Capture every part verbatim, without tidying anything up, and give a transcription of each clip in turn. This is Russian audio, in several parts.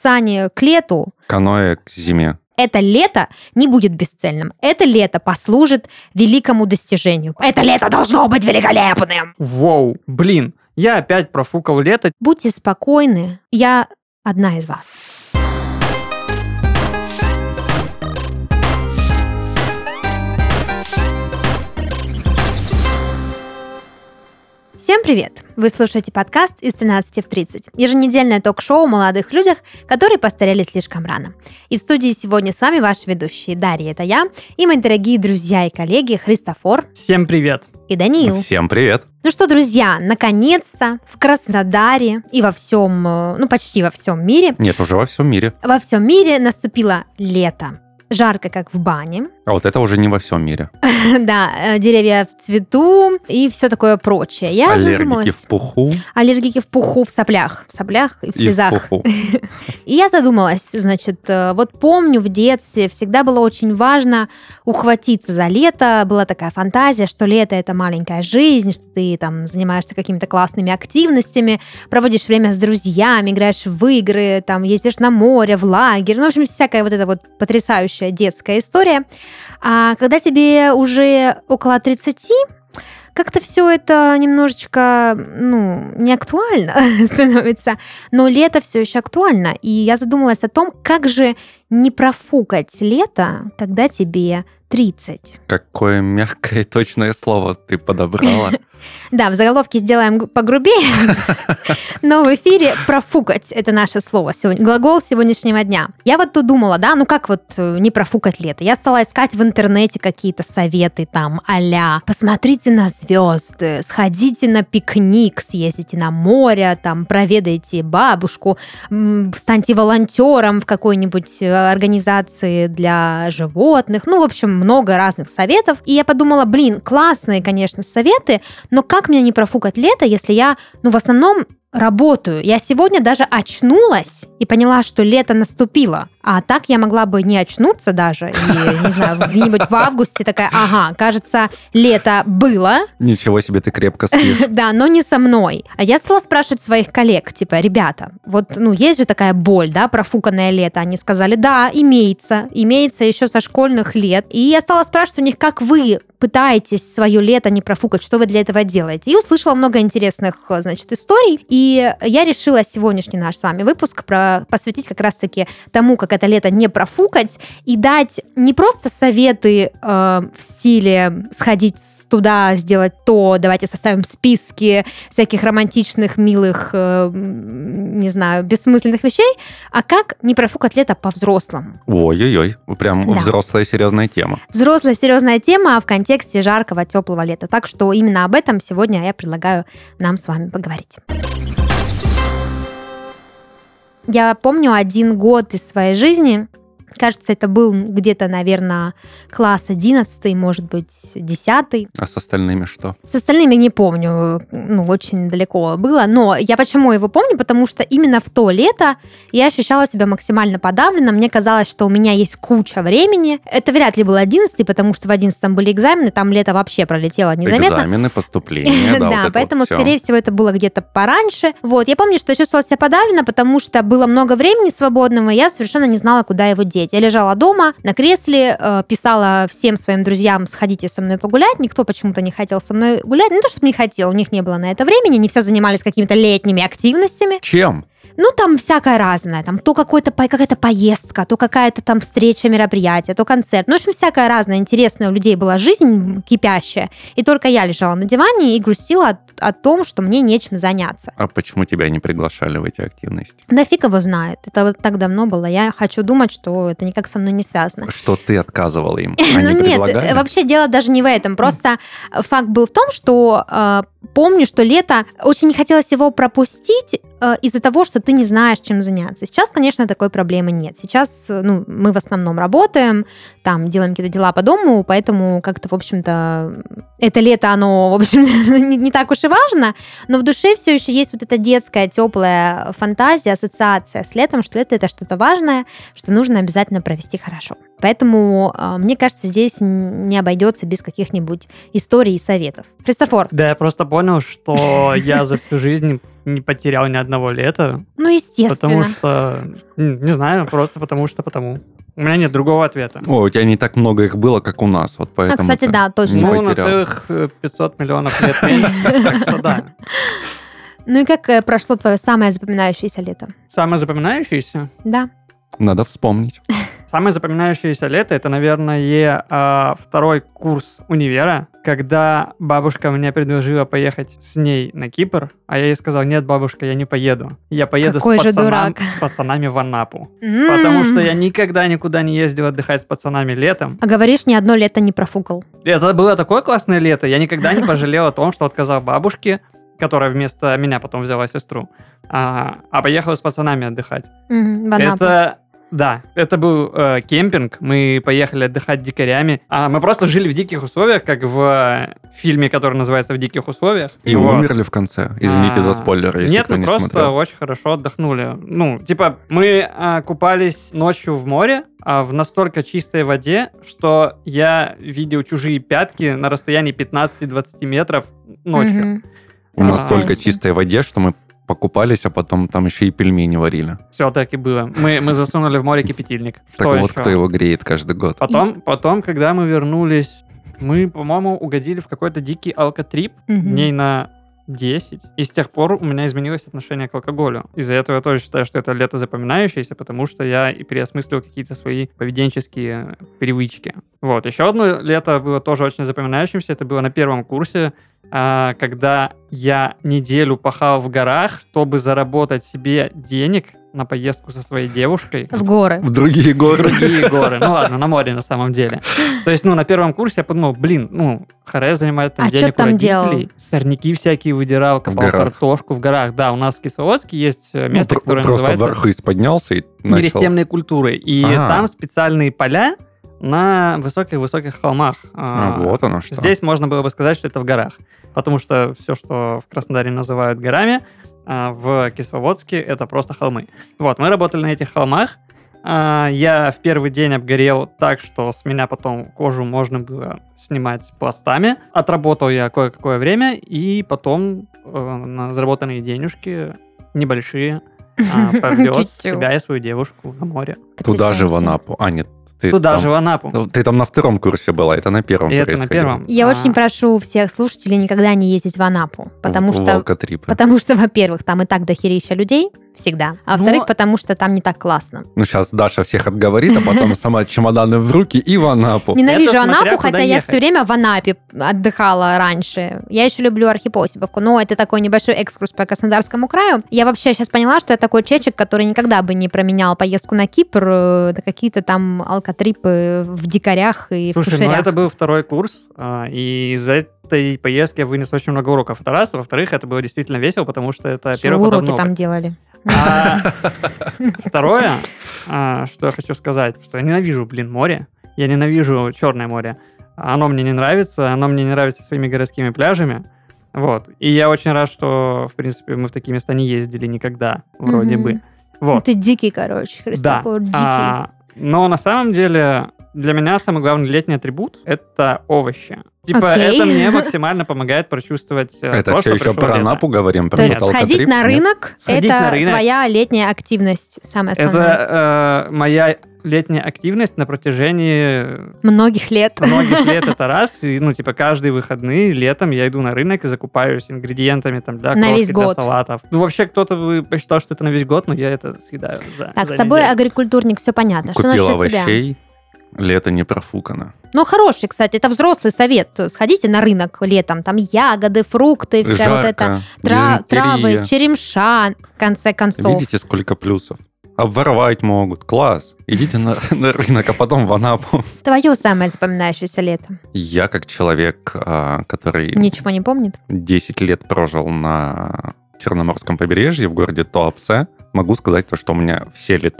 сани к лету. Каноэ к зиме. Это лето не будет бесцельным. Это лето послужит великому достижению. Это лето должно быть великолепным. Воу, блин, я опять профукал лето. Будьте спокойны, я одна из вас. Всем привет! Вы слушаете подкаст «Из тринадцати в тридцать». Еженедельное ток-шоу о молодых людях, которые постарели слишком рано. И в студии сегодня с вами ваши ведущие. Дарья, это я, и мои дорогие друзья и коллеги Христофор. Всем привет! И Даниил. Всем привет! Ну что, друзья, наконец-то в Краснодаре и во всем, ну почти во всем мире... Нет, уже во всем мире. Во всем мире наступило лето. Жарко, как в бане. А вот это уже не во всем мире. Да, деревья в цвету и все такое прочее. Я Аллергики задумалась... в пуху. Аллергики в пуху, в соплях. В соплях и в слезах. И в пуху. И я задумалась, значит, вот помню в детстве всегда было очень важно ухватиться за лето. Была такая фантазия, что лето — это маленькая жизнь, что ты там занимаешься какими-то классными активностями, проводишь время с друзьями, играешь в игры, там ездишь на море, в лагерь. Ну, в общем, всякая вот эта вот потрясающая детская история. А когда тебе уже около тридцати, как-то все это немножечко, ну, не актуально становится, но лето все еще актуально. И я задумалась о том, как же не профукать лето, когда тебе тридцать. Какое мягкое и точное слово ты подобрала. Да, в заголовке сделаем погрубее, но в эфире профукать — это наше слово, глагол сегодняшнего дня. Я вот тут думала, да, ну как вот не профукать лето? Я стала искать в интернете какие-то советы там а-ля посмотрите на звезды, сходите на пикник, съездите на море, там проведайте бабушку, станьте волонтером в какой-нибудь организации для животных. Ну, в общем, много разных советов. И я подумала, блин, классные, конечно, советы, но как мне не профукать лето, если я, ну, в основном работаю? Я сегодня даже очнулась и поняла, что лето наступило. А так я могла бы не очнуться даже. И, не знаю, где-нибудь в августе такая, ага, кажется, лето было. Ничего себе, ты крепко спишь. Да, но не со мной. А я стала спрашивать своих коллег, типа, ребята, вот, ну, есть же такая боль, да, профуканное лето. Они сказали, да, имеется. Имеется еще со школьных лет. И я стала спрашивать у них, как вы пытаетесь свое лето не профукать, что вы для этого делаете. И услышала много интересных, значит, историй. И я решила сегодняшний наш с вами выпуск про, посвятить как раз-таки тому, как это лето не профукать, и дать не просто советы э, в стиле сходить туда, сделать то, давайте составим списки всяких романтичных, милых, э, не знаю, бессмысленных вещей, а как не профукать лето по-взрослому. Ой-ой-ой, прям да. Взрослая серьезная тема. Взрослая серьезная тема в контексте жаркого, теплого лета. Так что именно об этом сегодня я предлагаю нам с вами поговорить. Я помню один год из своей жизни, кажется, это был где-то, наверное, класс одиннадцатый, может быть, десятый. А с остальными что? С остальными не помню, ну, очень далеко было. Но я почему его помню? Потому что именно в то лето я ощущала себя максимально подавленно. Мне казалось, что у меня есть куча времени. Это вряд ли был одиннадцатый, потому что в одиннадцатом были экзамены, там лето вообще пролетело незаметно. Экзамены, поступления, да, да, поэтому, скорее всего, это было где-то пораньше. Вот, я помню, что я чувствовала себя подавленно, потому что было много времени свободного, и я совершенно не знала, куда его деть. Я лежала дома на кресле, э, писала всем своим друзьям, сходите со мной погулять. Никто почему-то не хотел со мной гулять. Не то, чтобы не хотел, у них не было на это времени. Они все занимались какими-то летними активностями. Чем? Ну, там всякое разное. Там то какой-то, какая-то поездка, то какая-то там встреча, мероприятие, то концерт. Ну, в общем, всякое разное. Интересная у людей была жизнь кипящая. И только я лежала на диване и грустила о, о том, что мне нечем заняться. А почему тебя не приглашали в эти активности? Да фиг его знает. Это вот так давно было. Я хочу думать, что это никак со мной не связано. Что ты отказывала им? Ну, нет, вообще дело даже не в этом. Просто факт был в том, что помню, что лето очень не хотелось его пропустить из-за того, что ты не знаешь, чем заняться. Сейчас, конечно, такой проблемы нет. Сейчас, ну, мы в основном работаем, там, делаем какие-то дела по дому, поэтому как-то, в общем-то, это лето, оно, в общем, не, не так уж и важно, но в душе все еще есть вот эта детская, теплая фантазия, ассоциация с летом, что лето — это что-то важное, что нужно обязательно провести хорошо. Поэтому, э, мне кажется, здесь н- не обойдется без каких-нибудь историй и советов. Христофор, Да, я просто понял, что я за всю жизнь не потерял ни одного лета, ну, естественно. потому что, н- не знаю, просто потому что потому. У меня нет другого ответа. О, у тебя не так много их было, как у нас, вот А, поэтому кстати, ты да, точно. не Ну, на потерял. целых э, пятьсот миллионов лет меньше, так что да. Ну и как э, прошло твое самое запоминающееся лето? Самое запоминающееся? Да. Надо вспомнить. Самое запоминающееся лето — это, наверное, а, второй курс универа, когда бабушка мне предложила поехать с ней на Кипр, а я ей сказал: нет, бабушка, я не поеду. Я поеду с, Какой же пацанам- дурак. с пацанами в Анапу. Потому что я никогда никуда не ездил отдыхать с пацанами летом. А говоришь, ни одно лето не профукал. Это было такое классное лето. Я никогда не пожалел о том, что отказал бабушке, которая вместо меня потом взяла сестру, а, а поехал с пацанами отдыхать. Мгм, в Анапу. Это, да, это был э, кемпинг. Мы поехали отдыхать дикарями. А мы просто жили в диких условиях, как в э, фильме, который называется «В диких условиях». И Вот. умерли в конце. Извините за А, спойлер, если Нет, кто мы не просто смотрел. очень хорошо отдохнули. Ну, типа, мы а, купались ночью в море, а в настолько чистой воде, что я видел чужие пятки на расстоянии пятнадцать-двадцать метров ночью. Мгм. У нас А, столько Потрясающе. чистой воде, что мы покупались, а потом там еще и пельмени варили. Все так и было. Мы, мы засунули в море кипятильник. Так Что вот, еще? кто его греет каждый год. Потом, потом, когда мы вернулись, мы, по-моему, угодили в какой-то дикий алкотрип Мгм. дней на десять. И с тех пор у меня изменилось отношение к алкоголю. Из-за этого я тоже считаю, что это лето запоминающееся, потому что я и переосмыслил какие-то свои поведенческие привычки. Вот. Еще одно лето было тоже очень запоминающимся. Это было на первом курсе, а, когда я неделю пахал в горах, чтобы заработать себе денег на поездку со своей девушкой. В горы. В другие В горы. другие горы. Ну ладно, на море на самом деле. То есть, ну, на первом курсе я подумал, блин, ну, харе занимает там А чё денег у там родителей. делал? Сорняки всякие выдирал, копал горах. картошку в горах. Да, у нас в Кисловодске есть э, Ну, место, про- которое Просто называется вверх поднялся и начал. Нерестемные культуры. И А. там специальные поля на высоких-высоких холмах. А, вот оно что. Здесь можно было бы сказать, что это в горах. Потому что все, что в Краснодаре называют горами, а в Кисловодске это просто холмы. Вот, мы работали на этих холмах. А, Я в первый день обгорел так, что с меня потом кожу можно было снимать пластами. Отработал я кое-какое время, и потом э, на заработанные денежки небольшие а, повез Чуть-чуть. себя и свою девушку на море. Туда же в Потрясающе. Анапу. А, нет. Ты Туда там- же, в Анапу. Ну, Ты там на втором курсе была, это на первом И это на происходило. первом. Я А. очень прошу всех слушателей никогда не ездить в Анапу, потому В- в что, алкотрипы. потому что, во-первых, там и так дохерища людей всегда, а Ну, во-вторых, потому что там не так классно. Ну, сейчас Даша всех отговорит, а потом сама чемоданы в руки и в Анапу. Ненавижу Это смотря Анапу, куда хотя я ехать. все время в Анапе отдыхала раньше. Я еще люблю Архипосиповку, но это такой небольшой экскурс по Краснодарскому краю. Я вообще сейчас поняла, что я такой чечек, который никогда бы не променял поездку на Кипр э, на какие-то там алкотрипы в дикарях и в Слушай, ну кушерях. это был второй курс, а, и из этой поездки я вынес очень много уроков. Это раз. Во-вторых, это было действительно весело, потому что это Что первый вы опыт уроки много. там делали? А второе, а, что я хочу сказать, что я ненавижу, блин, море. Я ненавижу Черное море. Оно мне не нравится, оно мне не нравится своими городскими пляжами. Вот. И я очень рад, что, в принципе, мы в такие места не ездили никогда, вроде Мгм. бы. Ну, Вот. ты дикий, короче, Да. Христофор, дикий. А, но на самом деле для меня самый главный летний атрибут — это овощи. Типа Окей. это мне максимально помогает прочувствовать э, Это то, все что еще пришло про лето. Анапу говорим, про То есть тот сходить алкотрип? на Нет? рынок — Сходить это на рынок. твоя летняя активность, самая основная. Это э, моя летняя активность на протяжении Многих лет. многих лет, это раз. И, ну, типа, каждые выходные летом я иду на рынок и закупаюсь ингредиентами там для На крошки, весь для год. салатов. Ну, вообще, кто-то бы посчитал, что это на весь год, но я это съедаю за Так, за с тобой, неделю. агрикультурник, все понятно. Что Купила насчет тебя? овощей, лето не профукано. Ну, хороший, кстати, это взрослый совет. Сходите на рынок летом, там ягоды, фрукты, вся вот эта Жарко, тра- травы, дизентерия. черемша, в конце концов. Видите, сколько плюсов. Обворовать могут. Класс. Идите на, на рынок, а потом в Анапу. Твое самое запоминающееся лето. Я, как человек, а, который Ничего не помнит? десять лет прожил на Черноморском побережье в городе Туапсе, могу сказать то, что у меня все лета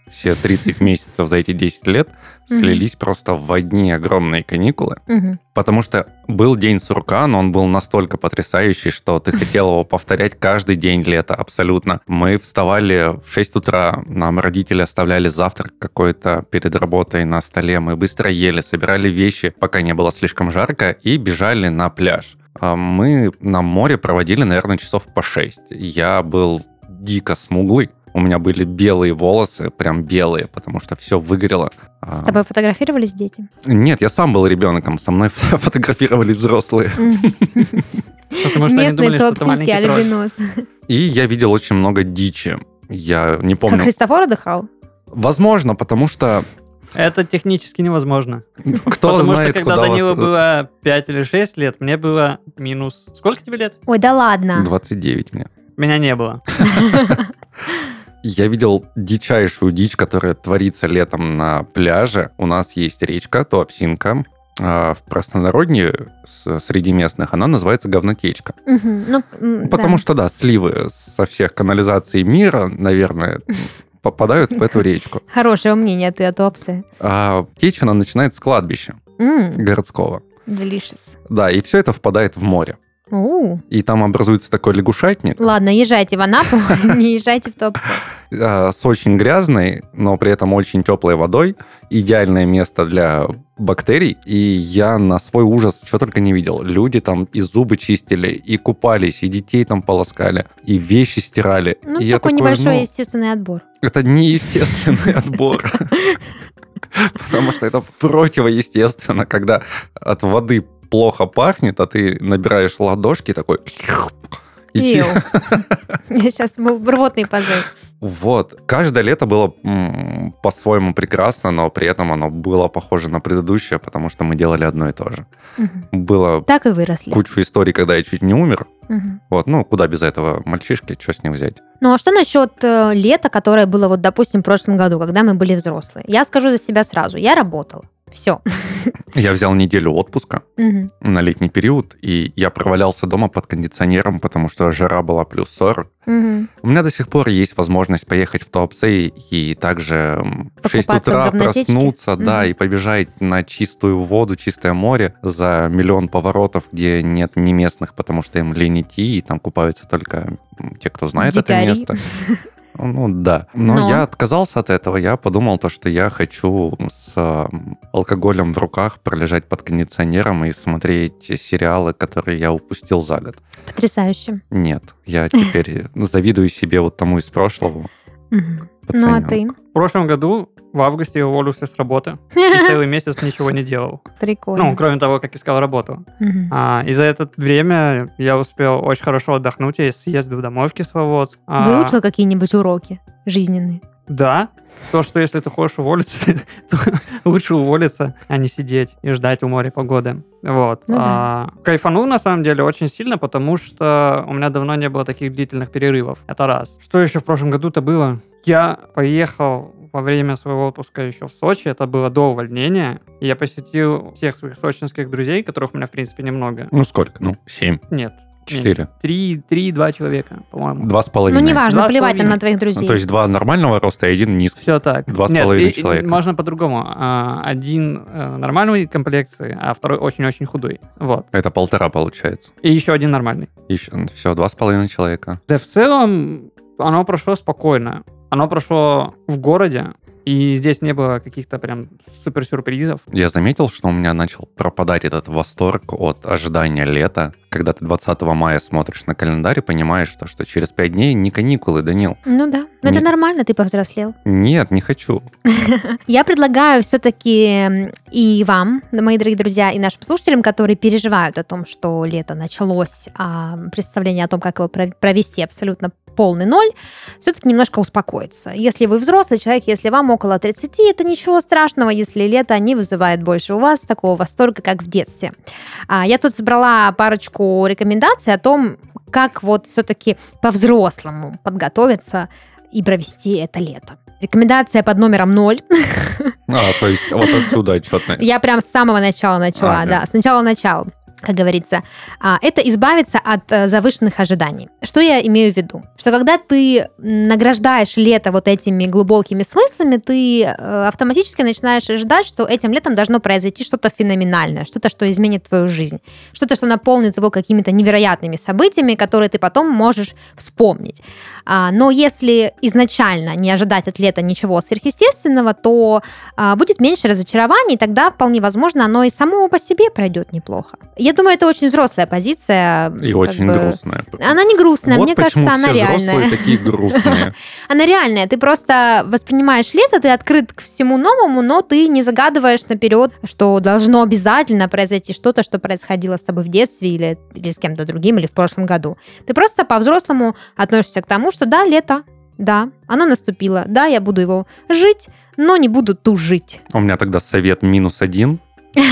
все тридцать месяцев за эти десять лет слились mm-hmm. просто в одни огромные каникулы. Mm-hmm. Потому что был день сурка, но он был настолько потрясающий, что ты хотел его повторять каждый день лета абсолютно. Мы вставали в шесть утра, нам родители оставляли завтрак какой-то перед работой на столе, мы быстро ели, собирали вещи, пока не было слишком жарко, и бежали на пляж. Мы на море проводили, наверное, часов по шесть. Я был дико смуглый. У меня были белые волосы, прям белые, потому что все выгорело. С тобой фотографировались дети? Нет, я сам был ребенком, со мной фотографировались взрослые. Местный туапсинский альбинос. И я видел очень много дичи. Я не помню... Как Христофор отдыхал? Возможно, потому что... Это технически невозможно. Кто Потому знает, что когда куда Данилу вас... было пять или шесть лет, мне было минус... Сколько тебе лет? Ой, да ладно. двадцать девять мне. Меня не было. Я видел дичайшую дичь, которая творится летом на пляже. У нас есть речка Туапсинка. А в простонародье среди местных она называется говнотечка. Угу, ну, Потому да. что, да, сливы со всех канализаций мира, наверное, попадают в эту речку. Хорошего мнения ты о Туапсе. А течь она начинается с кладбища Mm. городского. Delicious. Да, и все это впадает в море. У. И там образуется такой лягушатник. Ладно, езжайте в Анапу, не езжайте в Туапсе. С очень грязной, но при этом очень теплой водой. Идеальное место для бактерий. И я на свой ужас что только не видел. Люди там и зубы чистили, и купались, и детей там полоскали, и вещи стирали. Ну, и такой я небольшой ну, естественный отбор. Это не естественный отбор. Потому что это противоестественно, когда от воды плохо пахнет, а ты набираешь ладошки такой... Ил. Сейчас был рвотный позыв. Вот. Каждое лето было м- по-своему прекрасно, но при этом оно было похоже на предыдущее, потому что мы делали одно и то же. Угу. Было так и выросли. Кучу историй, когда я чуть не умер. Угу. Вот, ну, куда без этого мальчишки, что с ним взять? Ну, а что насчет э, лета, которое было, вот, допустим, в прошлом году, когда мы были взрослые? Я скажу за себя сразу. Я работала. Все. Я взял неделю отпуска угу. на летний период, и я провалялся дома под кондиционером, потому что жара была плюс сорок. Угу. У меня до сих пор есть возможность поехать в Туапсе и также в шесть утра проснуться, угу. да, и побежать на чистую воду, чистое море за миллион поворотов, где нет ни местных, потому что им лень идти, и там купаются только те, кто знает Дикари. это место. Ну да, но, но я отказался от этого, я подумал то, что я хочу с алкоголем в руках пролежать под кондиционером и смотреть сериалы, которые я упустил за год. Потрясающе. Нет, я теперь завидую себе вот тому из прошлого. Ну а ты? В прошлом году в августе я уволился с работы и целый месяц ничего не делал. Прикольно. Ну, кроме того, как искал работу. Угу. А, и за это время я успел очень хорошо отдохнуть. Я съездил домой в Кисловодск. Выучил а... какие-нибудь уроки жизненные? Да. То, что если ты хочешь уволиться, то лучше уволиться, а не сидеть и ждать у моря погоды. Вот. Ну, а, да. Кайфанул, на самом деле, очень сильно, потому что у меня давно не было таких длительных перерывов. Это раз. Что еще в прошлом году-то было? Я поехал во время своего отпуска еще в Сочи. Это было до увольнения. И я посетил всех своих сочинских друзей, которых у меня, в принципе, немного. Ну, сколько? Ну, семь. Нет. Четыре. Три, три, два человека, по-моему. Два с половиной. Ну, неважно, плевать там на твоих друзей. Ну, то есть два нормального роста и один низкий. Все так. Два с половиной человека. Можно по-другому. Один нормальной комплекции, а второй очень-очень худой. Вот. Это полтора получается. И еще один нормальный. Еще, все, два с половиной человека. Да в целом оно прошло спокойно. Оно прошло в городе, и здесь не было каких-то прям супер-сюрпризов. Я заметил, что у меня начал пропадать этот восторг от ожидания лета. Когда ты двадцатого мая смотришь на календарь и понимаешь, что, что через пять дней не каникулы, Данил. Ну да, но не... это нормально, ты повзрослел. Нет, не хочу. Я предлагаю все-таки и вам, мои дорогие друзья, и нашим слушателям, которые переживают о том, что лето началось, а представление о том, как его провести, абсолютно полный ноль, все-таки немножко успокоиться. Если вы взрослый человек, если вам около тридцати, это ничего страшного, если лето не вызывает больше у вас такого восторга, как в детстве. Я тут собрала парочку рекомендаций о том, как вот все-таки по-взрослому подготовиться и провести это лето. Рекомендация под номером ноль. А, то есть вот отсюда отчетная. Я прям с самого начала начала, ага. да, с начала начала. как говорится, это избавиться от завышенных ожиданий. Что я имею в виду? Что когда ты награждаешь лето вот этими глубокими смыслами, ты автоматически начинаешь ожидать, что этим летом должно произойти что-то феноменальное, что-то, что изменит твою жизнь, что-то, что наполнит его какими-то невероятными событиями, которые ты потом можешь вспомнить. Но если изначально не ожидать от лета ничего сверхъестественного, то будет меньше разочарований, и тогда вполне возможно оно и само по себе пройдет неплохо. Я думаю, это очень взрослая позиция. И очень бы... грустная. Она не грустная, вот мне кажется, она все реальная. Взрослые такие грустные. Она реальная. Ты просто воспринимаешь лето, ты открыт к всему новому, но ты не загадываешь наперед, что должно обязательно произойти что-то, что происходило с тобой в детстве или, или с кем-то другим, или в прошлом году. Ты просто по-взрослому относишься к тому, что да, лето, да, оно наступило, да, я буду его жить, но не буду тужить. У меня тогда совет минус один.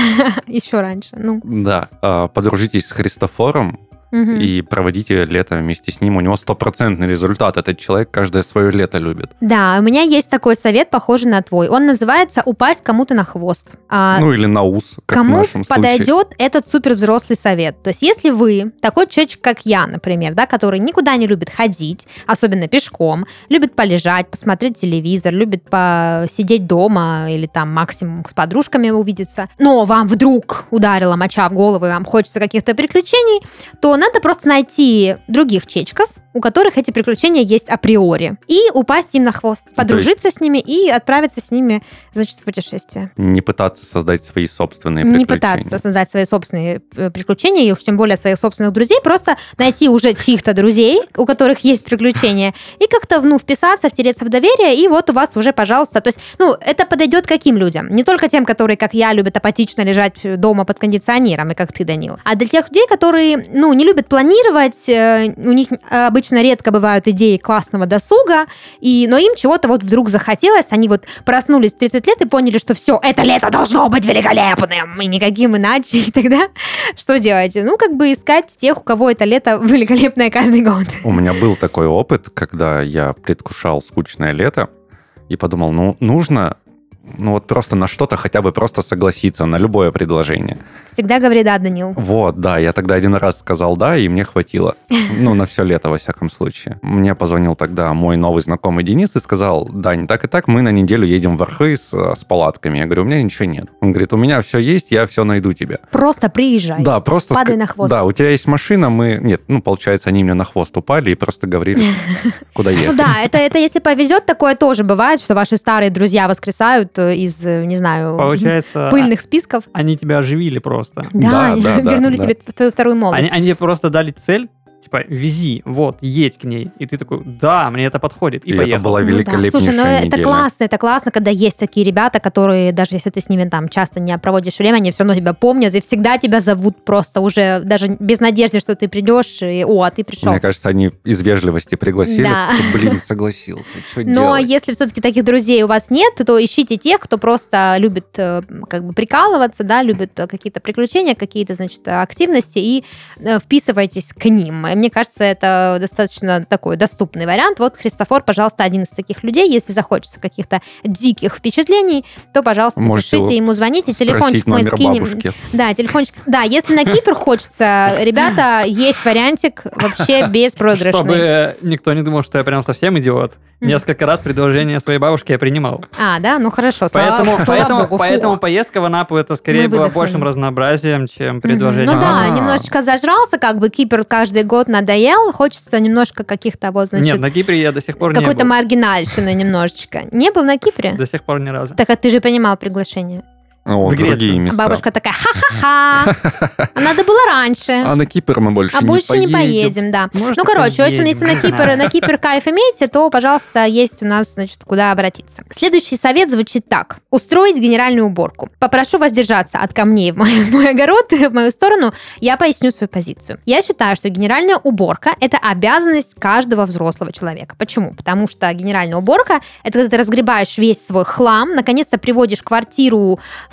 Еще раньше, ну. Да, подружитесь с Христофором и проводите лето вместе с ним. У него стопроцентный результат. Этот человек каждое свое лето любит. Да, у меня есть такой совет, похожий на твой. Он называется «Упасть кому-то на хвост». Ну или на ус, как Кому в нашем случае. подойдет этот супервзрослый совет? То есть если вы такой человек, как я, например, да, который никуда не любит ходить, особенно пешком, любит полежать, посмотреть телевизор, любит посидеть дома или там максимум с подружками увидеться, но вам вдруг ударила моча в голову и вам хочется каких-то приключений, то надо просто найти других чечков, у которых эти приключения есть априори, и упасть им на хвост, подружиться есть... с ними и отправиться с ними, значит, в путешествие. Не пытаться создать свои собственные приключения. Не пытаться создать свои собственные приключения, и уж тем более своих собственных друзей, просто найти уже чьих-то друзей, у которых есть приключения, и как-то, ну, вписаться, втереться в доверие, и вот у вас уже, пожалуйста, то есть, ну, это подойдет каким людям? Не только тем, которые, как я, любят апатично лежать дома под кондиционером, и как ты, Данил, а для тех людей, которые, ну, не любят планировать, у них обычно редко бывают идеи классного досуга, и, но им чего-то вот вдруг захотелось, они вот проснулись в тридцать лет и поняли, что все, это лето должно быть великолепным, и никаким иначе, и тогда что делать? Ну, как бы искать тех, у кого это лето великолепное каждый год. У меня был такой опыт, когда я предвкушал скучное лето, и подумал, ну, нужно... Ну вот просто на что-то хотя бы просто согласиться, на любое предложение. Всегда говори «да», Данил. Вот, да, я тогда один раз сказал «да», и мне хватило. Ну, на все лето, во всяком случае. Мне позвонил тогда мой новый знакомый Денис и сказал: «Дань, так и так, мы на неделю едем в Архыз с палатками». Я говорю: «У меня ничего нет». Он говорит: «У меня все есть, я все найду тебе». Просто приезжай. Да, просто... Падай ск... на хвост. Да, у тебя есть машина, мы... Нет, ну, получается, они мне на хвост упали и просто говорили, куда ехать. Ну да, это, это если повезет, такое тоже бывает, что ваши старые друзья воскресают из, не знаю, Получается, пыльных списков. Они тебя оживили просто. Да, Да, да, вернули да, тебе твою вторую молодость. Они, они просто дали цель, типа, вези, вот, едь к ней. И ты такой: да, мне это подходит, и, И поехал. это была Ну да. великолепнейшая Слушай, ну это неделя. классно, это классно, когда есть такие ребята, которые, даже если ты с ними там часто не проводишь время, они все равно тебя помнят и всегда тебя зовут просто уже даже без надежды, что ты придешь, и о, а ты пришел. Мне кажется, они из вежливости пригласили. Да. Блин, согласился. Что Но делать? если все-таки таких друзей у вас нет, то ищите тех, кто просто любит э, как бы прикалываться, да, любит э, какие-то приключения, какие-то, значит, активности, и э, вписывайтесь к ним. И мне кажется, это достаточно такой доступный вариант. Вот Христофор, пожалуйста, один из таких людей. Если захочется каких-то диких впечатлений, то, пожалуйста, Можете пишите ему, звоните, телефончик Спросить мой номер скинем. бабушки. Да, телефончик. Да, если на Кипр хочется, ребята, есть вариантик вообще беспроигрышный. Чтобы никто не думал, что я прям совсем идиот. Несколько раз предложение своей бабушки я принимал. А, да? Ну хорошо, слава, Поэтому, слава поэтому, богу. Фу. поэтому поездка в Анапу это скорее Мы было выдохнули. большим разнообразием, чем предложение. Ну да, А. немножечко зажрался, как бы Кипр каждый год надоел, хочется немножко каких-то вот, значит, Нет, на Кипре я до сих пор не какой-то был. маргинальщины немножечко. Не был на Кипре? До сих пор ни разу. Так, а ты же принимал приглашение. О, В Грецию. другие места. Бабушка такая: ха-ха-ха, а надо было раньше. А на Кипр мы больше А не больше не поедем. поедем, да. Может, Ну, короче, в общем, поедем, если на не Кипр, знаю. на Кипр кайф имеете, то, пожалуйста, есть у нас, значит, куда обратиться. Следующий совет звучит так. Устроить генеральную уборку. Попрошу вас держаться от камней в мой, в мой огород, в мою сторону. Я поясню свою позицию. Я считаю, что генеральная уборка – это обязанность каждого взрослого человека. Почему? Потому что генеральная уборка – это когда ты разгребаешь весь свой хлам, наконец-то приводишь квартиру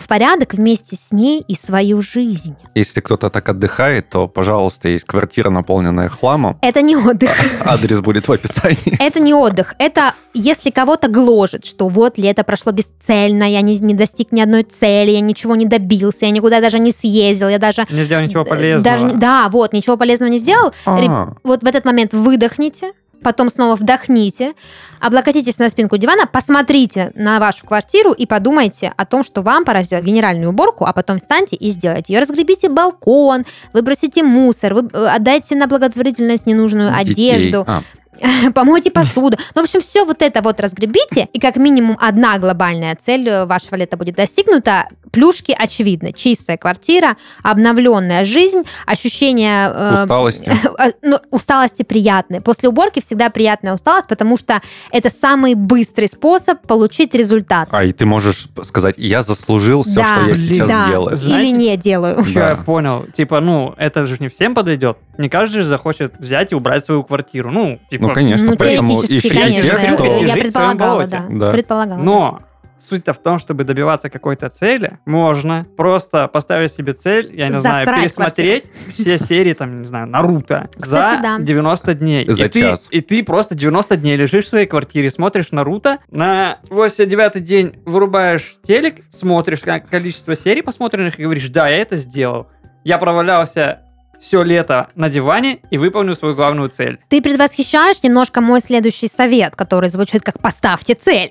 в порядок вместе с ней и свою жизнь. Если кто-то так отдыхает, то, пожалуйста, есть квартира, наполненная хламом. Это не отдых. Адрес будет в описании. Это не отдых. Это если кого-то гложет, что вот лето прошло бесцельно, я не, не достиг ни одной цели, я ничего не добился, я никуда даже не съездил, я даже... Не сделал ничего полезного. Даже, да, вот, ничего полезного не сделал. А. Вот в этот момент выдохните, потом снова вдохните, облокотитесь на спинку дивана, посмотрите на вашу квартиру и подумайте о том, что вам пора сделать генеральную уборку, а потом встаньте и сделайте ее. Разгребите балкон, выбросите мусор, вы отдайте на благотворительность ненужную Детей. одежду. А. Помойте посуду. Ну, в общем, все вот это вот разгребите, и как минимум одна глобальная цель вашего лета будет достигнута. Плюшки очевидны. Чистая квартира, обновленная жизнь, ощущение... Э, Усталости. Э, ну, усталости приятные. После уборки всегда приятная усталость, потому что это самый быстрый способ получить результат. А, и ты можешь сказать, я заслужил все, Да, что я сейчас да. делаю. Знаете, Или не делаю. Что Да. я понял? Типа, ну, это же не всем подойдет. Не каждый же захочет взять и убрать свою квартиру. Ну, типа... Ну, конечно, Ну, поэтому теоретически, ищите конечно. тех, я- кто... И Я жить в своем предполагала, болоте. да. Да. Предполагала. Но суть-то в том, чтобы добиваться какой-то цели, можно просто поставить себе цель, я не знаю, Засрать пересмотреть все серии, там, не знаю, Наруто Кстати, за да. девяносто дней. За и ты, час. и ты просто девяносто дней лежишь в своей квартире, смотришь Наруто, на восемьдесят девятый день вырубаешь телек, смотришь как- количество серий посмотренных и говоришь, да, я это сделал. Я провалялся все лето на диване и выполнил свою главную цель. Ты предвосхищаешь немножко мой следующий совет, который звучит как «поставьте цель».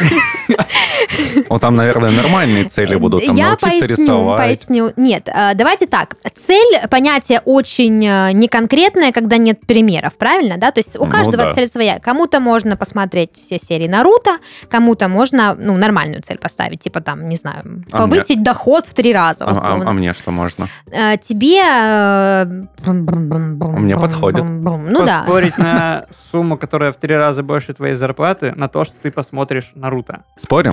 Ну, там, наверное, нормальные цели будут. Там Я научиться поясню, рисовать. поясню. Нет, э, давайте так. Цель – понятие очень э, неконкретное, когда нет примеров, правильно? Да? То есть у Ну каждого да. цель своя. Кому-то можно посмотреть все серии Наруто, кому-то можно ну, нормальную цель поставить, типа там, не знаю, А повысить доход в три раза, А, а- условно. а мне что можно? Э, Тебе... э, Мне подходит. Ну да. Поспорить на сумму, которая в три раза больше твоей зарплаты, на то, что ты посмотришь Наруто. Спорим?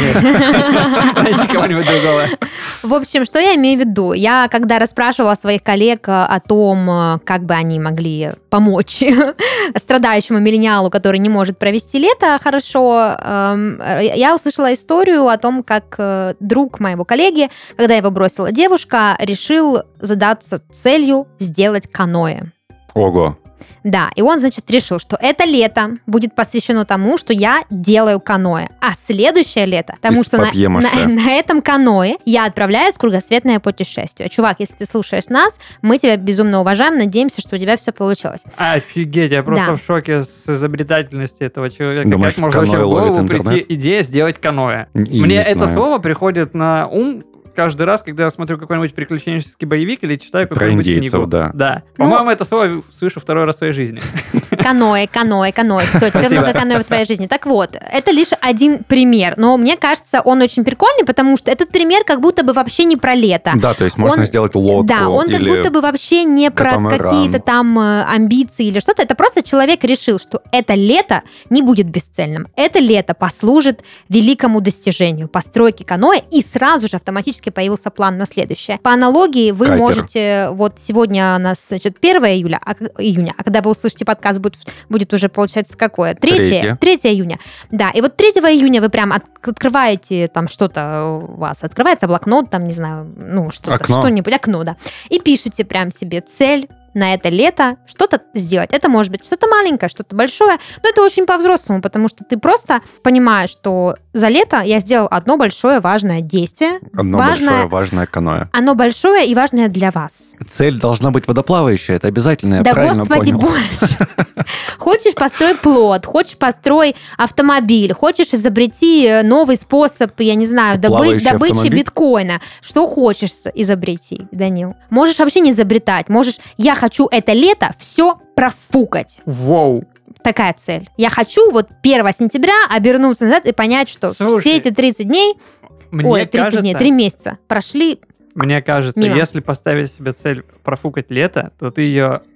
Найди кого-нибудь другого. В общем, что я имею в виду? Я, когда расспрашивала своих коллег э, о том, э, как бы они могли помочь страдающему миллениалу, который не может провести лето хорошо, эм, я услышала историю о том, как э, друг моего коллеги, когда его бросила девушка, решил задаться целью сделать каноэ. Ого. Да, и он, значит, решил, что это лето будет посвящено тому, что я делаю каноэ, а следующее лето, тому, Из что на, папье-маше. на- на этом каноэ я отправляюсь в кругосветное путешествие. Чувак, если ты слушаешь нас, мы тебя безумно уважаем, надеемся, что у тебя все получилось. Офигеть, я просто Да. в шоке с изобретательности этого человека. Думаешь, как можно вообще каноэ в ловит голову интернет? прийти идея сделать каноэ? И Мне не это знаю. слово приходит на ум каждый раз, когда я смотрю какой-нибудь приключенческий боевик или читаю Про какую-нибудь индейцев, книгу. да. Да. Ну- По-моему, это слово слышу второй раз в своей жизни. Каноэ, каноэ, каноэ. Все, теперь Спасибо. много каноэ в твоей жизни. Так вот, это лишь один пример, но мне кажется, он очень прикольный, потому что этот пример как будто бы вообще не про лето. Да, то есть можно Он- сделать лодку Да, он как или... будто бы вообще не про катамаран. какие-то там э, амбиции или что-то. Это просто человек решил, что это лето не будет бесцельным. Это лето послужит великому достижению постройки каноэ, и сразу же автоматически появился план на следующее. По аналогии вы Катер. можете... Вот сегодня у нас, значит, первое июля, а, к- июня, а когда вы услышите подкаст, будет, будет уже, получается, какое? Третье. третье июня. Да, и вот третьего июня вы прям от- открываете там что-то у вас, открывается блокнот, там, не знаю, ну, что-то, Окно. что-нибудь, окно, да. И пишите прям себе цель на это лето что-то сделать. Это может быть что-то маленькое, что-то большое, но это очень по-взрослому, потому что ты просто понимаешь, что за лето я сделал одно большое важное действие. Одно важное, большое важное каноэ. Оно большое и важное для вас. Цель должна быть водоплавающая, это обязательно, я Да правильно господи понял? боже. Хочешь, построй плот, хочешь, построй автомобиль, хочешь, изобрети новый способ, я не знаю, добыть, Плавающий добычи автомобиль? биткоина. Что хочешь изобрети, Данил? Можешь вообще не изобретать. Можешь, я хочу это лето все профукать. Воу. Такая цель. Я хочу вот первого сентября обернуться назад и понять, что Слушай, все эти тридцать дней, Мне ой, тридцать кажется, дней, три месяца прошли. Мне кажется, Мимо. если поставить себе цель профукать лето, то ты ее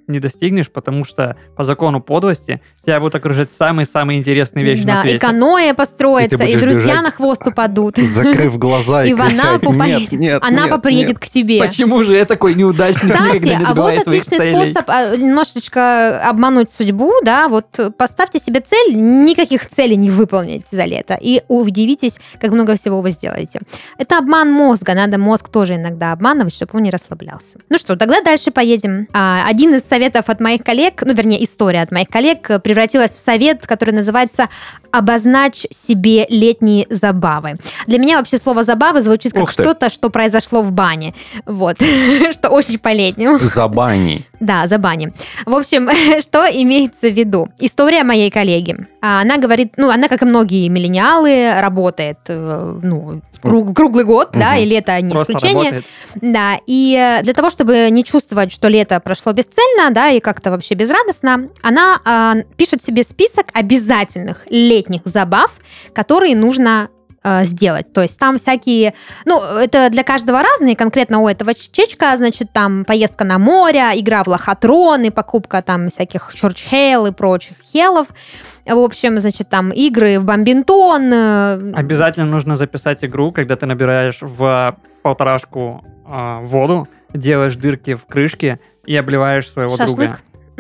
не достигнешь, потому что по закону подлости тебя будут окружать самые-самые интересные вещи да, на свете. И каноэ построится, и, и друзья на хвост упадут. Закрыв глаза и, и кричать, в Анапу нет, поедет, нет, Анапа нет, приедет нет. к тебе. Почему же я такой неудачник? Кстати, а вот отличный целей. способ немножечко обмануть судьбу, да, вот поставьте себе цель, никаких целей не выполнить за лето, и удивитесь, как много всего вы сделаете. Это обман мозга, надо мозг тоже иногда обманывать, чтобы он не расслаблялся. Ну что, тогда дальше поедем. Один из советов от моих коллег, ну, вернее, история от моих коллег превратилась в совет, который называется «Обозначь себе летние забавы». Для меня вообще слово «забавы» звучит как что-то, что произошло в бане. Вот. Что очень по-летнему. За баней. Да, за бани. В общем, что имеется в виду? История моей коллеги. Она говорит, ну, она, как и многие миллениалы, работает, ну, круг, круглый год, угу. да, и лето не Просто исключение. Работает. Да, и для того, чтобы не чувствовать, что лето прошло бесцельно, да, и как-то вообще безрадостно, она э, пишет себе список обязательных летних забав, которые нужно сделать. То есть там всякие... Ну, это для каждого разные. Конкретно у этого чечка, значит, там поездка на море, игра в лохотрон и покупка там всяких чурчхейл и прочих хелов. В общем, значит, там игры в бамбинтон. Обязательно нужно записать игру, когда ты набираешь в полторашку э, воду, делаешь дырки в крышке и обливаешь своего Шашлык. друга.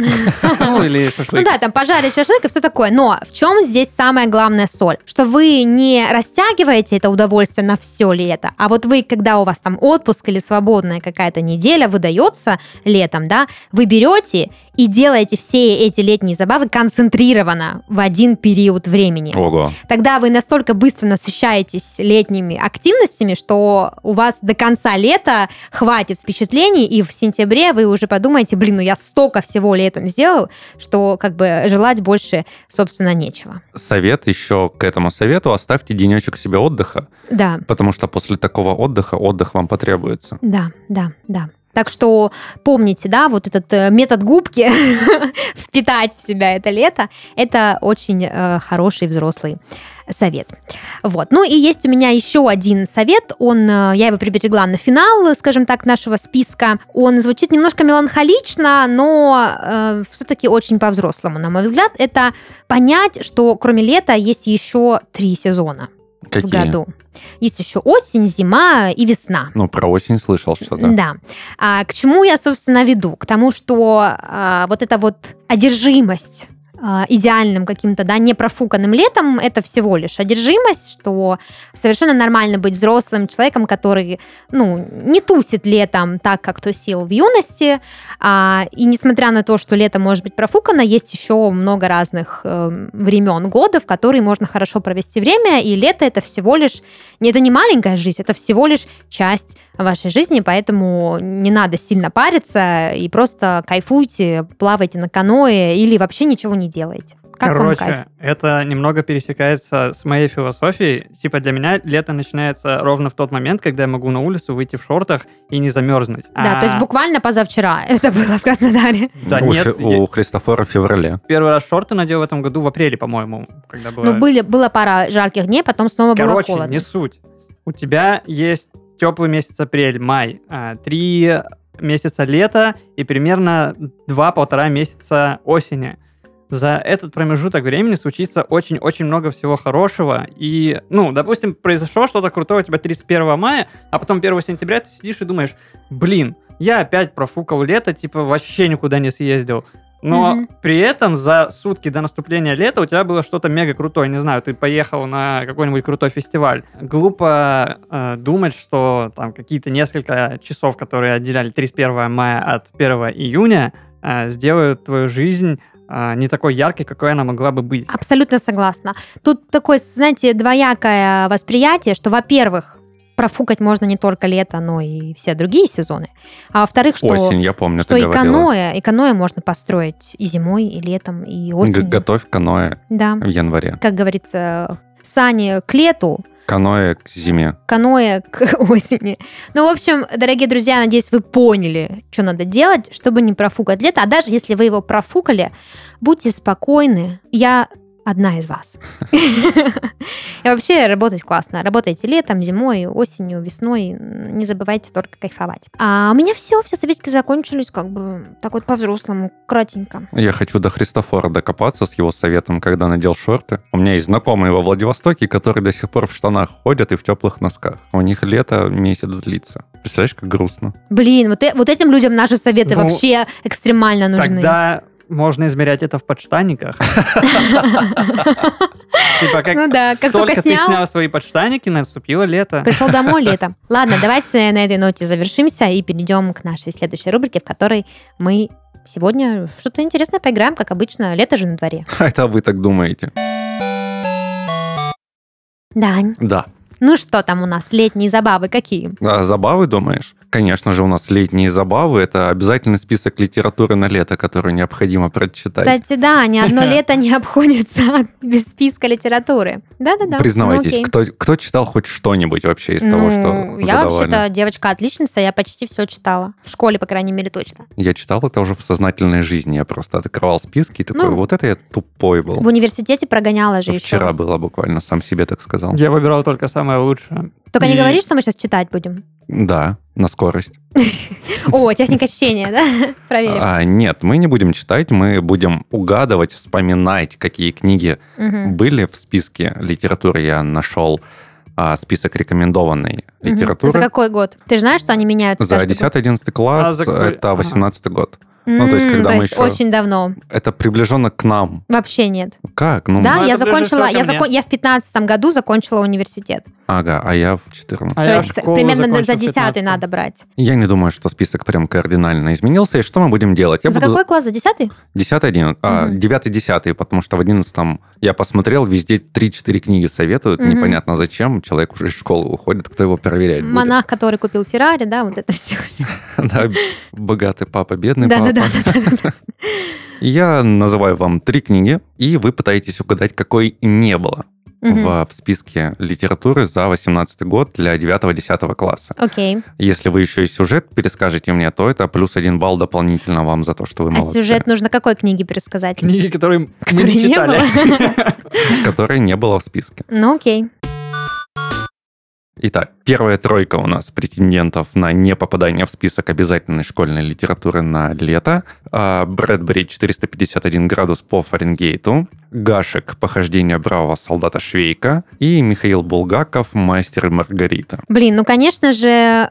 Ну, или шашлык. Ну да, там пожарить шашлык и все такое. Но в чем здесь самая главная соль? Что вы не растягиваете это удовольствие на все лето, а вот вы, когда у вас там отпуск или свободная какая-то неделя выдается летом, да, вы берете и делаете все эти летние забавы концентрированно в один период времени. Ого. Тогда вы настолько быстро насыщаетесь летними активностями, что у вас до конца лета хватит впечатлений, и в сентябре вы уже подумаете, блин, ну я столько всего летом сделал, что как бы желать больше, собственно, нечего. Совет еще к этому совету: оставьте денечек себе отдыха. Да. Потому что после такого отдыха отдых вам потребуется. Да, да, да. Так что помните, да, вот этот метод губки, впитать в себя это лето, это очень э, хороший взрослый совет. Вот. Ну и есть у меня еще один совет, он, я его приберегла на финал, скажем так, нашего списка. Он звучит немножко меланхолично, но э, все-таки очень по-взрослому, на мой взгляд. Это понять, что кроме лета есть еще три сезона. Какие? В году. Есть еще осень, зима и весна. Ну, про осень слышал что-то. Да. А, к чему я, собственно, веду? К тому, что а, вот эта вот одержимость идеальным каким-то, да, непрофуканным летом, это всего лишь одержимость, что совершенно нормально быть взрослым человеком, который, ну, не тусит летом так, как тусил в юности, а, и несмотря на то, что лето может быть профукано, есть еще много разных э, времен года, в которые можно хорошо провести время, и лето это всего лишь, это не маленькая жизнь, это всего лишь часть вашей жизни, поэтому не надо сильно париться и просто кайфуйте, плавайте на каноэ или вообще ничего не делайте. Как Короче, это немного пересекается с моей философией. Типа для меня лето начинается ровно в тот момент, когда я могу на улицу выйти в шортах и не замерзнуть. Да, а... то есть буквально позавчера это было в Краснодаре. Да, у нет. Фи- у Христофора в феврале. Первый раз шорты надел в этом году в апреле, по-моему. Когда было... Ну, были, была пара жарких дней, потом снова Короче, было холодно. Короче, не суть. У тебя есть теплый месяц апрель, май, три месяца лета и примерно два-полтора месяца осени. За этот промежуток времени случится очень-очень много всего хорошего. И, ну, допустим, произошло что-то крутое у тебя тридцать первого мая, а потом первого сентября ты сидишь и думаешь, блин, я опять профукал лето, типа вообще никуда не съездил. Но mm-hmm. при этом за сутки до наступления лета у тебя было что-то мега крутое. Не знаю, ты поехал на какой-нибудь крутой фестиваль. Глупо э, думать, что там какие-то несколько часов, которые отделяли тридцать первого мая от первого июня, э, сделают твою жизнь не такой яркой, какой она могла бы быть. Абсолютно согласна. Тут такое, знаете, двоякое восприятие, что, во-первых, профукать можно не только лето, но и все другие сезоны. А во-вторых, что, осень, я помню, что ты и говорила. каноэ, и каноэ можно построить и зимой, и летом, и осенью. Готовь каноэ да. в январе. Как говорится, сани к лету, каноэ к зиме. Каноэ к осени. Ну, в общем, дорогие друзья, надеюсь, вы поняли, что надо делать, чтобы не профукать лето. А даже если вы его профукали, будьте спокойны. Я одна из вас. И вообще работать классно. Работайте летом, зимой, осенью, весной. Не забывайте только кайфовать. А у меня все, все советики закончились как бы так вот по-взрослому, кратенько. Я хочу до Христофора докопаться с его советом, когда надел шорты. У меня есть знакомые во Владивостоке, которые до сих пор в штанах ходят и в теплых носках. У них лето месяц длится. Представляешь, как грустно. Блин, вот, э- вот этим людям наши советы ну, вообще экстремально нужны. Тогда можно измерять это в подштанниках. Типа, как ну да, как только, только ты снял, снял свои подштанники, наступило лето. Пришел домой лето. Ладно, давайте на этой ноте завершимся и перейдем к нашей следующей рубрике, в которой мы сегодня что-то интересное поиграем, как обычно. Лето же на дворе. Это вы так думаете? Дань. Да. Ну что там у нас? Летние забавы какие? А забавы, думаешь? Конечно же, у нас летние забавы. Это обязательный список литературы на лето, который необходимо прочитать. Кстати, да, ни одно лето не обходится без списка литературы. Да-да-да. Признавайтесь, ну, кто, кто читал хоть что-нибудь вообще из ну, того, что я задавали? вообще-то девочка-отличница, я почти все читала. В школе, по крайней мере, точно. Я читал это уже в сознательной жизни. Я просто открывал списки и такой, ну, вот это я тупой был. В университете прогоняла же еще Вчера раз. было буквально, сам себе так сказал. Я выбирал только самое лучшее. Только И- не говори, что мы сейчас читать будем. Да, на скорость. О, техника чтения, да? Проверим. А, нет, мы не будем читать, мы будем угадывать, вспоминать, какие книги Мгм. были в списке литературы. Я нашел а, список рекомендованной Мгм. литературы. За какой год? Ты же знаешь, что они меняются За каждый год? десятый-одиннадцатый класс, А, за какой? это Ага. восемнадцатый год. Ну, то есть, М, когда то мы есть еще- очень давно. Это приближенно к нам. Вообще нет. Как? Ну, Да, ну, я это ближе закончила, всего я, ко мне. закон, я в пятнадцатом году закончила университет. Ага, а я в четырнадцатом. А То я есть школу примерно закончил за в десятый пятнадцатом. надо брать. Я не думаю, что список прям кардинально изменился. И что мы будем делать? Я За буду какой класс? За десятый? десятый, одиннадцатый, а, Мгм. девятый, десятый, потому что в одиннадцатом я посмотрел, везде три-четыре книги советуют, Мгм. непонятно зачем, человек уже из школы уходит, кто его проверять будет? Монах, который купил Феррари, да, вот это все. Да, богатый папа, бедный Да, папа. да, да, да, да. Я называю вам три книги, и вы пытаетесь угадать, какой не было Мгм. в, в списке литературы за восемнадцатый год для девятого-десятого класса. Окей. Если вы еще и сюжет перескажете мне, то это плюс один балл дополнительно вам за то, что вы А молодцы. сюжет нужно какой книги пересказать? Книги, которые мы Которые не не читали. Которой не было в списке. Ну, окей. Итак, первая тройка у нас претендентов на непопадание в список обязательной школьной литературы на лето. А, Брэдбери «четыреста пятьдесят один градус по Фаренгейту», Гашек «Похождение бравого солдата Швейка» и Михаил Булгаков «Мастер и Маргарита». Блин, ну, конечно же,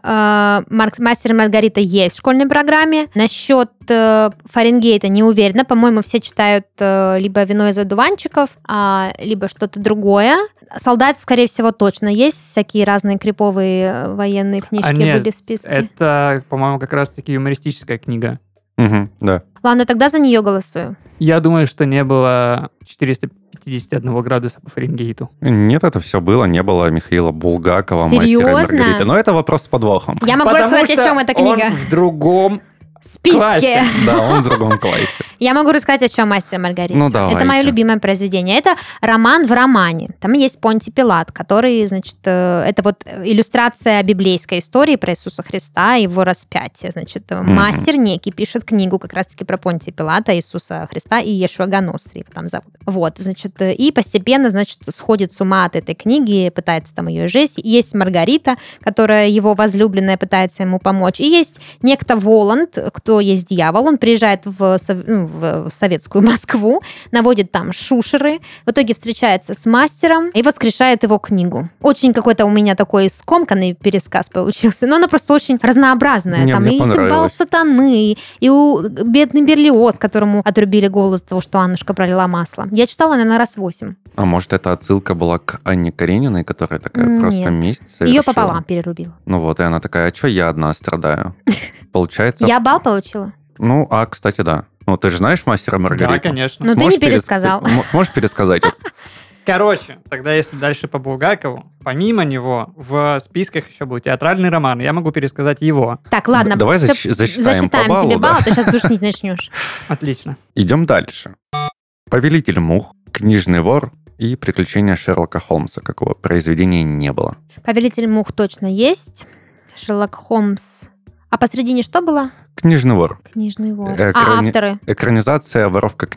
э, Марк- «Мастер и Маргарита» есть в школьной программе. Насчет э, Фаренгейта не уверена. По-моему, все читают э, либо «Вино из одуванчиков», а, либо что-то другое. «Солдат», скорее всего, точно есть. Всякие разные криповые э, военные книжки А нет, были в списке. Это, по-моему, как раз-таки юмористическая книга. Угу, да. Ладно, тогда за нее голосую. Я думаю, что не было четыреста пятьдесят один градуса по Фаренгейту. Нет, это все было, не было Михаила Булгакова, «Мастера и Серьезно? Маргариты». Но это вопрос с подвохом. Я могу Потому рассказать, о что чем эта книга. он в другом... Списке. классе. Да, он в другом классе. Я могу рассказать, о чем «Мастер и Маргарита». Ну, Это давайте. мое любимое произведение. Это роман в романе. Там есть Понтий Пилат, который, значит, э, это вот иллюстрация библейской истории про Иисуса Христа и его распятие. Значит, э, Мгм. мастер некий пишет книгу как раз-таки про Понтия Пилата, Иисуса Христа и Иешуа Ганосри, его там зовут. Вот, значит, э, и постепенно, значит, сходит с ума от этой книги, пытается там ее жесть. Есть Маргарита, которая его возлюбленная, пытается ему помочь. И есть некто Воланд, кто есть дьявол. Он приезжает в, сов- ну, в советскую Москву, наводит там шушеры, в итоге встречается с мастером и воскрешает его книгу. Очень какой-то у меня такой скомканный пересказ получился, но она просто очень разнообразная. Не, Там мне и символ понравилось. сатаны, и у бедный Берлиоз, которому отрубили голову за того, что Аннушка пролила масло. Я читала, наверное, раз восемь. А может, это отсылка была к Анне Карениной, которая такая Нет. просто месть совершила? Ее пополам перерубила. Ну вот, и она такая, а что я одна страдаю? Получается... Я балл получила. Ну, а, кстати, да. Ну, ты же знаешь «Мастера и Маргариту»? Да, конечно. Ну, ты Сможешь не пересказал. перес- м- Сможешь пересказать? Короче, тогда если дальше по Булгакову, помимо него в списках еще был театральный роман. Я могу пересказать его. Так, ладно. Давай всё, защ- засчитаем по баллу, тебе балл, да. а то сейчас душнить начнешь. Отлично. Идем дальше. «Повелитель мух», «Книжный вор» и «Приключения Шерлока Холмса». Какого произведения не было. Повелитель мух точно есть. Шерлок Холмс. А посредине что было? «Книжный вор». Книжный вор. Э, А экрани- авторы? Экранизация «Воровка книг».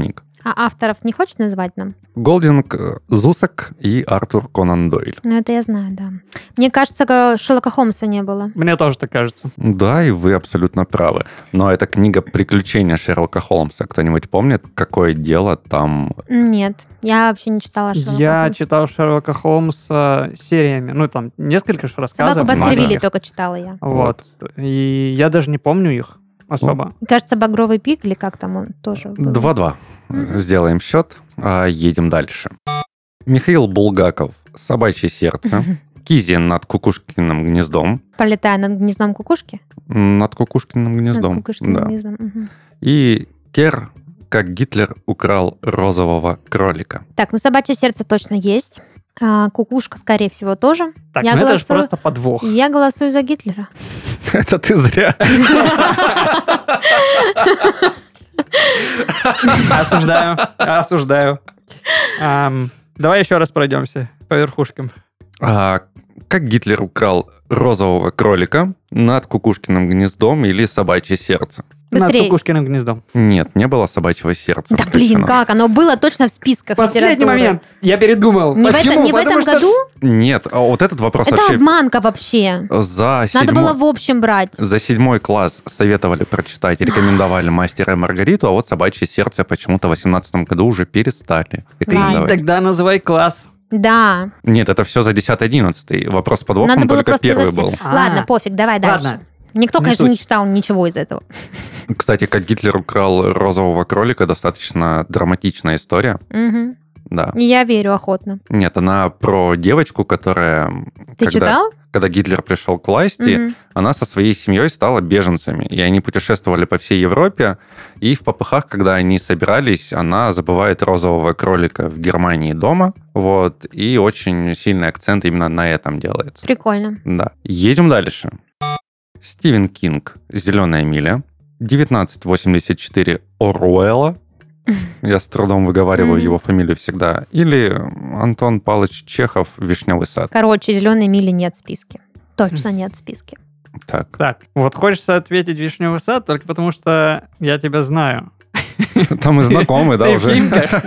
А авторов не хочешь назвать нам? Голдинг, Зусак и Артур Конан Дойль. Ну, это я знаю, да. Мне кажется, Шерлока Холмса не было. Мне тоже так кажется. Да, и вы абсолютно правы. Но это книга «Приключения Шерлока Холмса». Кто-нибудь помнит, какое дело там? Нет, я вообще не читала Шерлока Я Холмса. читал Шерлока Холмса сериями. Ну, там несколько же рассказов. «Собаку Баскервилли» маленьких. только читала я. Вот. И я даже не помню их особо. Мне кажется, «Багровый пик» или как там он тоже был. два-два. Сделаем счет, а едем дальше. Михаил Булгаков «Собачье сердце». Кизи «Над кукушкиным гнездом». «Полетая над гнездом кукушки». «Над кукушкиным гнездом». Над кукушкиным да. гнездом. Угу. И Кер «Как Гитлер украл розового кролика». Так, ну «Собачье сердце» точно есть. А, «Кукушка», скорее всего, тоже. Так, Я ну это же голосую- просто подвох. Я голосую за Гитлера. Это ты зря. Осуждаю, осуждаю. Ам, Давай еще раз пройдемся по верхушкам. А, как Гитлер украл розового кролика, «Над кукушкиным гнездом» или «Собачье сердце»? Над Быстрее. кукушкиным гнездом. Нет, не было «Собачьего сердца». Да блин, включено. как? Оно было точно в списках Последний литературы. момент. Я передумал. Не в, Почему? это- не в Потому этом что- году? Нет, а вот этот вопрос Это вообще обманка вообще. за Надо седьмой, было в общем брать. за седьмой класс советовали прочитать, рекомендовали «Мастера и Маргариту», а вот «Собачье сердце» почему-то в восемнадцатом году уже перестали Ты рекомендовать. тогда называй класс. Да. Нет, это все за десятый-одиннадцатый. Вопрос с подвохом Надо было только просто первый за все. был. А. Ладно, пофиг, давай дальше. Ладно. Никто, Не конечно, суть. не читал ничего из этого. Кстати, как Гитлер украл розового кролика, достаточно драматичная история. Мгм. Да. Я верю охотно. Нет, она про девочку, которая... Ты когда, читал? Когда Гитлер пришел к власти, Мгм. она со своей семьей стала беженцами. И они путешествовали по всей Европе. И в попыхах, когда они собирались, она забывает розового кролика в Германии дома. Вот. И очень сильный акцент именно на этом делается. Прикольно. Да. Едем дальше. Стивен Кинг «Зеленая миля». девятнадцать восемьдесят четыре Оруэлла. Я с трудом выговариваю Мгм. его фамилию всегда. Или Антон Павлович Чехов «Вишневый сад». Короче, «Зеленой мили» нет в списке. Точно нет в списке. Так. Так, вот хочется ответить «Вишневый сад» только потому, что я тебя знаю. Там и знакомый, да, Ты в уже. Химках.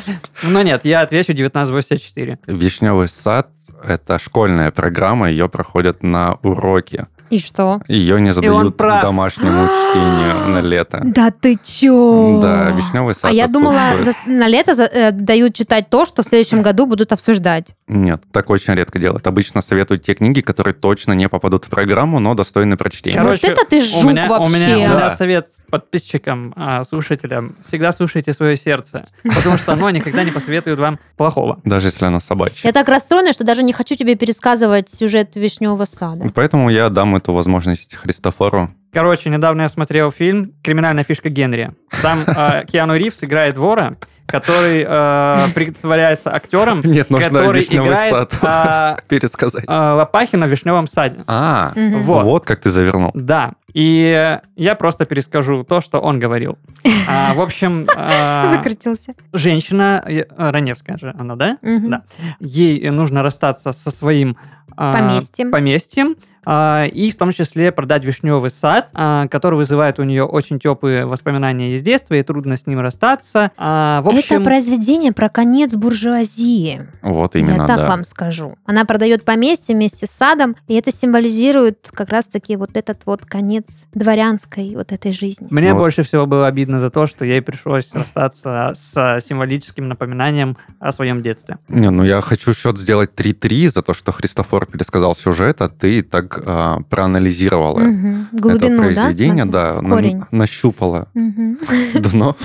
Но нет, я отвечу девятнадцать восемьдесят четыре. «Вишневый сад» — это школьная программа, ее проходят на уроке. И что? Ее не он задают прав. домашнему чтению на лето. Да ты чё? Да, «Вишневый сад» А я думала, отсутствует. за- на лето за- э, дают читать то, что в следующем году будут обсуждать. Нет, так очень редко делают. Обычно советуют те книги, которые точно не попадут в программу, но достойны прочтения. Короче, вот это ты У жук меня, у вообще. меня, у меня Да. совет подписчикам, а, слушателям. Всегда слушайте свое сердце, потому что оно никогда не посоветует вам плохого. Даже если оно собачье. Я так расстроена, что даже не хочу тебе пересказывать сюжет «Вишневого сада». Поэтому я дам эту возможность Христофору. Короче, недавно я смотрел фильм «Криминальная фишка Генри». Там э, Киану Ривз играет вора, который э, притворяется актером, Нет, нужно который «Вишневый играет сад» а, пересказать. а, Лопахина в «Вишневом саде». А, Мгм. Вот. вот как ты завернул. Да. И я просто перескажу то, что он говорил. А, в общем, а, Выкрутился. женщина, э, Раневская же она, да? Мгм. Да. Ей нужно расстаться со своим а, Поместьем. поместьем а, и в том числе продать вишневый сад, а, который вызывает у нее очень теплые воспоминания из детства, и трудно с ним расстаться. А, в общем, Это произведение про конец буржуазии. Вот именно, Я так да. вам скажу. Она продает поместье вместе с садом, и это символизирует как раз-таки вот этот вот конец дворянской вот этой жизни. мне Вот. больше всего было обидно за то, что ей пришлось расстаться с символическим напоминанием о своем детстве. Не, ну я хочу счет сделать три-три за то, что Христофор пересказал сюжет, а ты так а, проанализировала Мгм. это Глубину, да, произведение, смотри? да, В на- корень. нащупала Мгм. дно.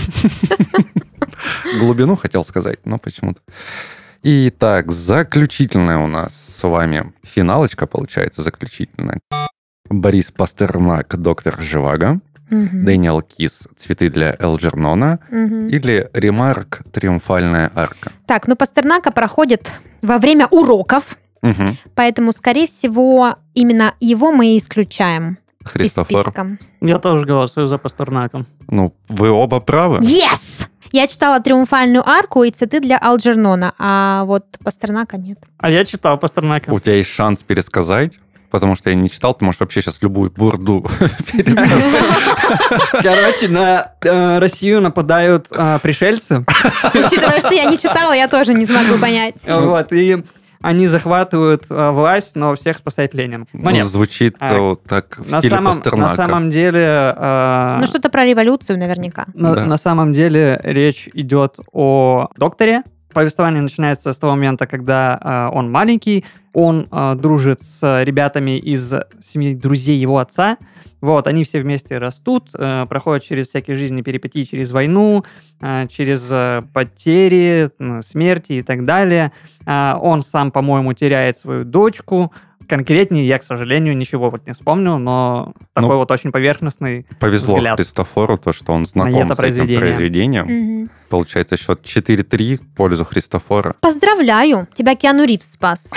Глубину хотел сказать, но почему-то. Итак, заключительная у нас с вами финалочка, получается, заключительная. Борис Пастернак, доктор Живаго, Мгм. Дэниел Кис, цветы для Элджернона Мгм. или Ремарк, триумфальная арка. Так, ну Пастернака проходит во время уроков, Мгм. поэтому, скорее всего, именно его мы и исключаем из Христофор. списка. Я тоже голосую за Пастернака. Ну, вы оба правы. Yes! Я читала «Триумфальную арку» и «Цветы для Алджернона», а вот Пастернака нет. А я читал Пастернака. У тебя есть шанс пересказать. Потому что я не читал, ты можешь вообще сейчас любую бурду пересказать. Короче, на э, Россию нападают э, пришельцы. Учитывая, что я не читала, я тоже не смогу понять. Вот, и они захватывают э, власть, но всех спасает Ленин. Но нет. Звучит А, вот так в На стиле самом, на Пастернака. самом деле... э, Ну, что-то про революцию наверняка. на, Да. на самом деле речь идет о докторе. Повествование начинается с того момента, когда э, он маленький, он э, дружит с ребятами из семьи друзей его отца. Вот, они все вместе растут, э, проходят через всякие жизненные перипетии, через войну, э, через э, потери, э, смерти и так далее. Э, он сам, по-моему, теряет свою дочку. Конкретнее я, к сожалению, ничего вот не вспомню, но такой Ну, вот очень поверхностный Повезло взгляд. Христофору, то, что он На знаком это с этим произведение. произведением. Мгм. Получается счет четыре-три в пользу Христофора. Поздравляю, тебя Киану Ривз спас.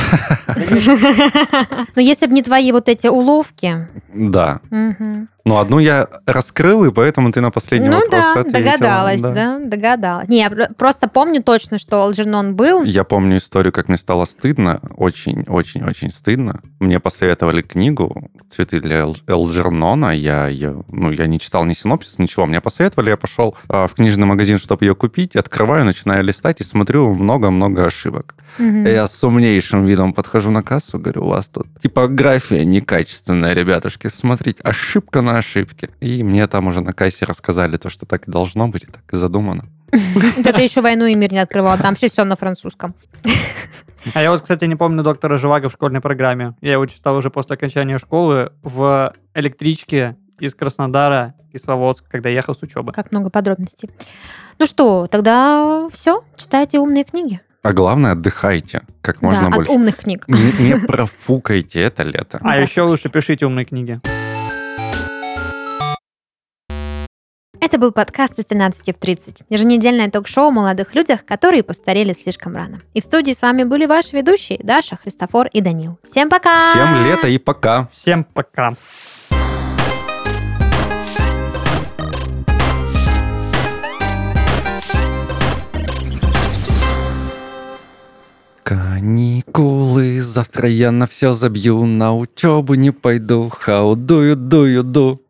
Но если бы не твои вот эти уловки... Да. Мгм. Ну, одну я раскрыл, и поэтому ты на последний Ну вопрос да, ответила. догадалась, да, догадалась. Не, я пр- просто помню точно, что Алджернон был. Я помню историю, как мне стало стыдно, очень-очень-очень стыдно. Мне посоветовали книгу «Цветы для Эл- Элджернона». Я ее, ну, я не читал ни синопсис, ничего. Мне посоветовали, я пошел а, в книжный магазин, чтобы ее купить, открываю, начинаю листать и смотрю много-много ошибок. Мгм. Я с умнейшим видом подхожу на кассу, говорю, у вас тут типография некачественная, ребятушки, смотрите, ошибка на ошибке. И мне там уже на кассе рассказали то, что так и должно быть, и так и задумано. Да ты еще «Войну и мир» не открывал, там вообще все на французском. А я вот, кстати, не помню доктора Живаго в школьной программе. Я его читал уже после окончания школы в электричке из Краснодара, Кисловодск, когда ехал с учебы. Как много подробностей. Ну что, тогда все, читайте умные книги. А главное, отдыхайте как можно Да, от больше. умных книг. Не, не профукайте это лето. А еще лучше пишите умные книги. Это был подкаст из тринадцати в тридцать. Еженедельное ток-шоу о молодых людях, которые постарели слишком рано. И в студии с вами были ваши ведущие Даша, Христофор и Данил. Всем пока! Всем лето и пока. Всем пока. Каникулы, завтра я на все забью, на учебу не пойду, how do you do you do?